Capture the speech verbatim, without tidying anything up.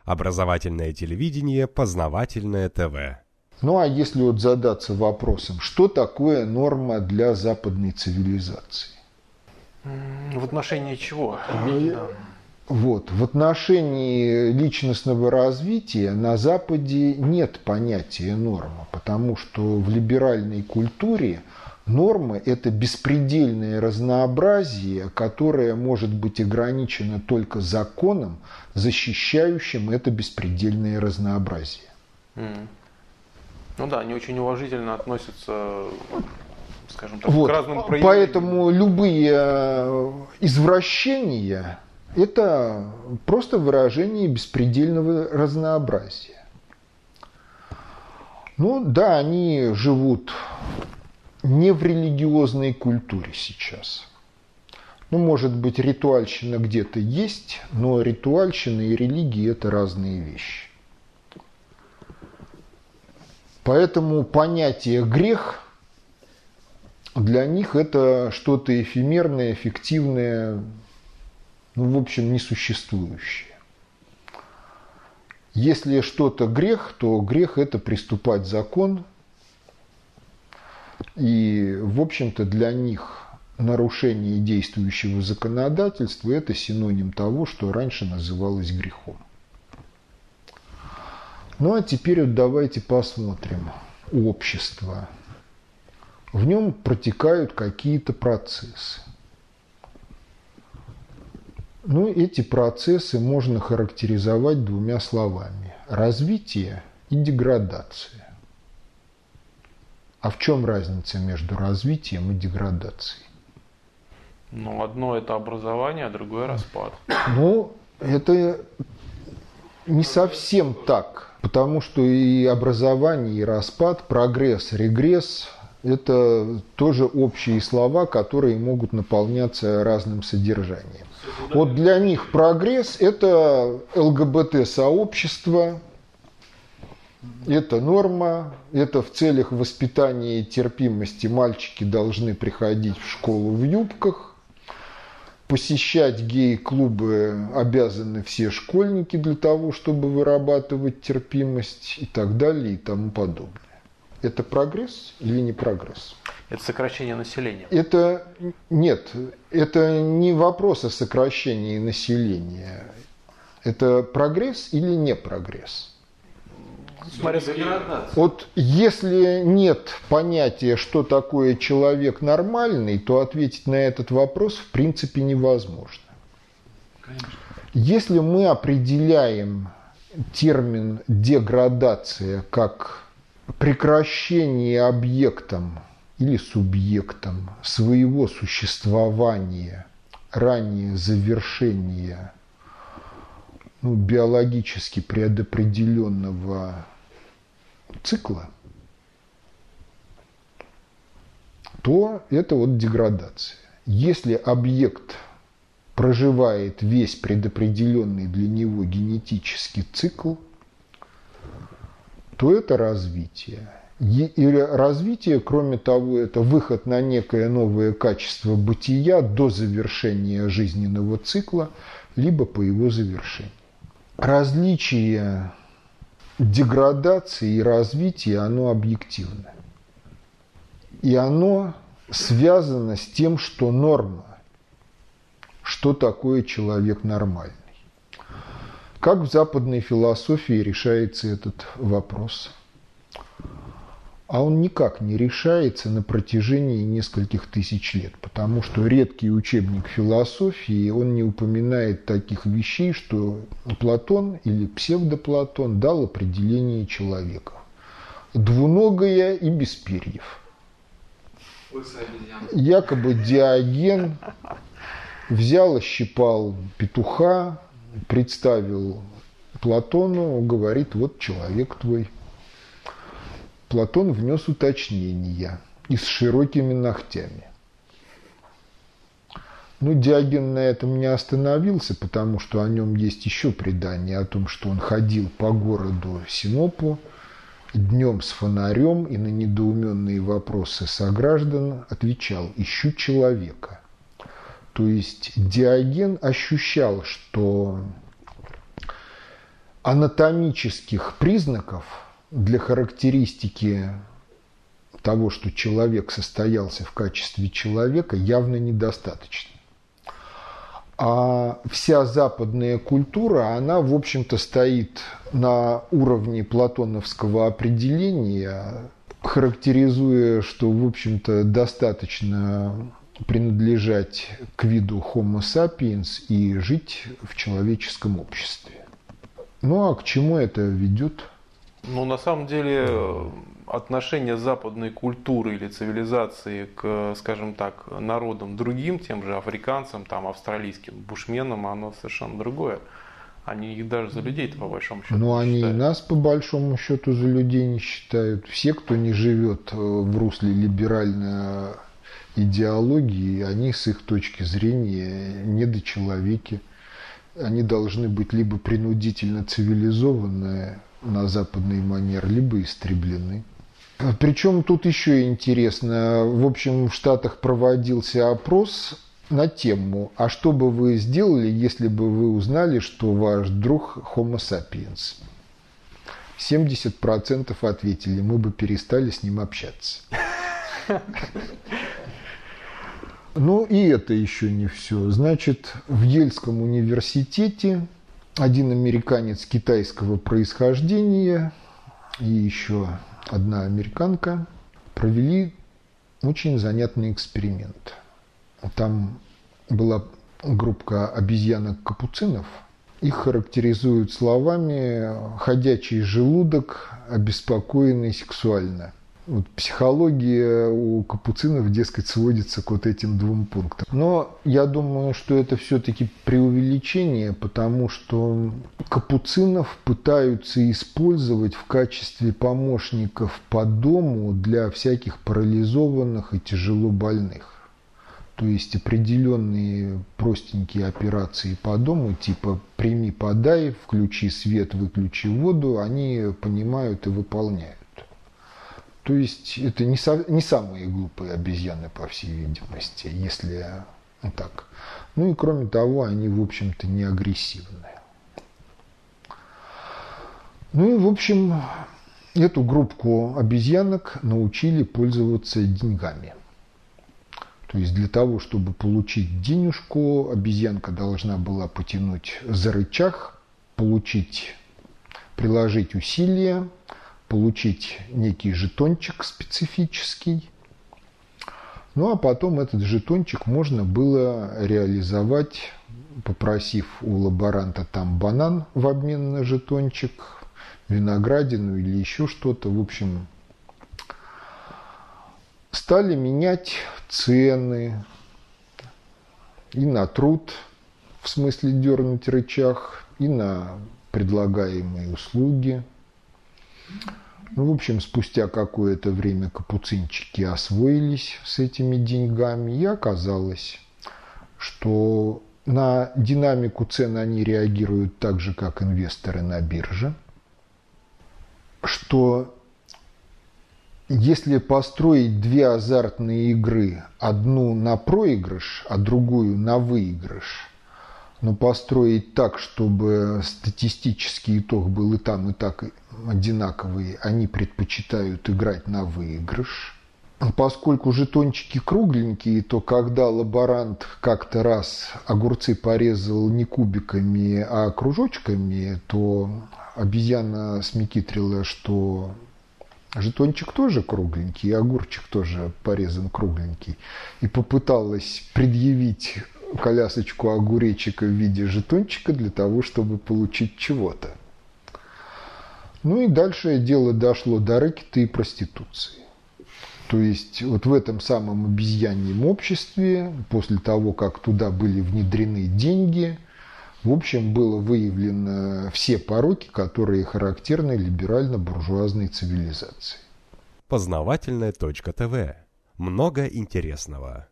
Образовательное телевидение, познавательное ТВ. Ну а если вот задаться вопросом, что такое норма для западной цивилизации? В отношении чего? Да. Вот. В отношении личностного развития на Западе нет понятия норма, потому что в либеральной культуре норма – это беспредельное разнообразие, которое может быть ограничено только законом, защищающим это беспредельное разнообразие. Mm. Ну да, они очень уважительно относятся, скажем так, вот. к разным проявлениям. Поэтому любые извращения – это просто выражение беспредельного разнообразия. Ну да, они живут не в религиозной культуре сейчас. Ну, может быть, ритуальщина где-то есть, но ритуальщина и религия – это разные вещи. Поэтому понятие «грех» для них – это что-то эфемерное, фиктивное, ну, в общем, несуществующее. Если что-то грех, то грех – это приступать закон. И, в общем-то, для них нарушение действующего законодательства – это синоним того, что раньше называлось грехом. Ну, а теперь вот давайте посмотрим общество. В нем протекают какие-то процессы. Ну, эти процессы можно характеризовать двумя словами – развитие и деградация. А в чем разница между развитием и деградацией? Ну, одно это образование, а другое распад. Ну, это не совсем так, потому что и образование, и распад, прогресс, регресс – это тоже общие слова, которые могут наполняться разным содержанием. Вот для них прогресс – это ЛГБТ-сообщество, это норма, это в целях воспитания и терпимости мальчики должны приходить в школу в юбках, посещать гей-клубы обязаны все школьники для того, чтобы вырабатывать терпимость и так далее и тому подобное. Это прогресс или не прогресс? Это сокращение населения. Это нет, это не вопрос о сокращении населения. Это прогресс или не прогресс? Вот если нет понятия, что такое человек нормальный, то ответить на этот вопрос в принципе невозможно. Конечно. Если мы определяем термин деградация как прекращение объектом или субъектом своего существования, ранее завершения ну, биологически предопределенного цикла, то это вот деградация. Если объект проживает весь предопределенный для него генетический цикл, то это развитие. И развитие, кроме того, это выход на некое новое качество бытия до завершения жизненного цикла, либо по его завершению. Различие деградации и развития, оно объективно. И оно связано с тем, что норма, что такое человек нормальный. Как в западной философии решается этот вопрос? А он никак не решается на протяжении нескольких тысяч лет, потому что редкий учебник философии, он не упоминает таких вещей, что Платон или псевдоплатон дал определение человека. Двуногое и без перьев. Якобы Диоген взял, ощипал петуха, представил Платону, говорит, вот человек твой. Платон внес уточнения и с широкими ногтями. Ну, Диоген на этом не остановился, потому что о нем есть еще предание о том, что он ходил по городу Синопу днем с фонарем и на недоуменные вопросы сограждан отвечал «ищу человека». То есть Диоген ощущал, что анатомических признаков для характеристики того, что человек состоялся в качестве человека, явно недостаточно. А вся западная культура, она, в общем-то, стоит на уровне платоновского определения, характеризуя, что, в общем-то, достаточно принадлежать к виду Homo sapiens и жить в человеческом обществе. Ну а к чему это ведет? Ну, на самом деле, отношение западной культуры или цивилизации к, скажем так, народам другим, тем же африканцам, там, австралийским бушменам, оно совершенно другое. Они их даже за людей-то по большому счету Ну, они считают. И нас по большому счету за людей не считают. Все, кто не живет в русле либеральной идеологии, они с их точки зрения недочеловеки. Они должны быть либо принудительно цивилизованы на западный манер, либо истреблены. Причем тут еще интересно, в общем, в Штатах проводился опрос на тему, а что бы вы сделали, если бы вы узнали, что ваш друг Homo sapiens? семьдесят процентов ответили, мы бы перестали с ним общаться. Ну и это еще не все. Значит, в Ельском университете один американец китайского происхождения и еще одна американка провели очень занятный эксперимент. Там была группа обезьянок-капуцинов. Их характеризуют словами «ходячий желудок, обеспокоенный сексуально». Вот психология у капуцинов, дескать, сводится к вот этим двум пунктам. Но я думаю, что это все-таки преувеличение, потому что капуцинов пытаются использовать в качестве помощников по дому для всяких парализованных и тяжело больных. То есть определенные простенькие операции по дому, типа «прими, подай», «включи свет, выключи воду», они понимают и выполняют. То есть это не, со, не самые глупые обезьяны, по всей видимости, если так. Ну и кроме того, они, в общем-то, не агрессивные. Ну и, в общем, эту группку обезьянок научили пользоваться деньгами. То есть для того, чтобы получить денежку, обезьянка должна была потянуть за рычаг, получить, приложить усилия, получить некий жетончик специфический. Ну а потом этот жетончик можно было реализовать, попросив у лаборанта там банан в обмен на жетончик, виноградину или еще что-то. В общем, стали менять цены и на труд, в смысле дернуть рычаг, и на предлагаемые услуги. Ну, в общем, спустя какое-то время капуцинчики освоились с этими деньгами, и оказалось, что на динамику цен они реагируют так же, как инвесторы на бирже, что если построить две азартные игры, одну на проигрыш, а другую на выигрыш, но построить так, чтобы статистический итог был и там, и так одинаковый, они предпочитают играть на выигрыш. Поскольку жетончики кругленькие, то когда лаборант как-то раз огурцы порезал не кубиками, а кружочками, то обезьяна смекитрила, что жетончик тоже кругленький, и огурчик тоже порезан кругленький, и попыталась предъявить колясочку огуречика в виде жетончика для того, чтобы получить чего-то. Ну и дальше дело дошло до рэкета и проституции. То есть вот в этом самом обезьяньем обществе, после того, как туда были внедрены деньги, в общем, было выявлено все пороки, которые характерны либерально-буржуазной цивилизации. Познавательная точка ТВ. Много интересного.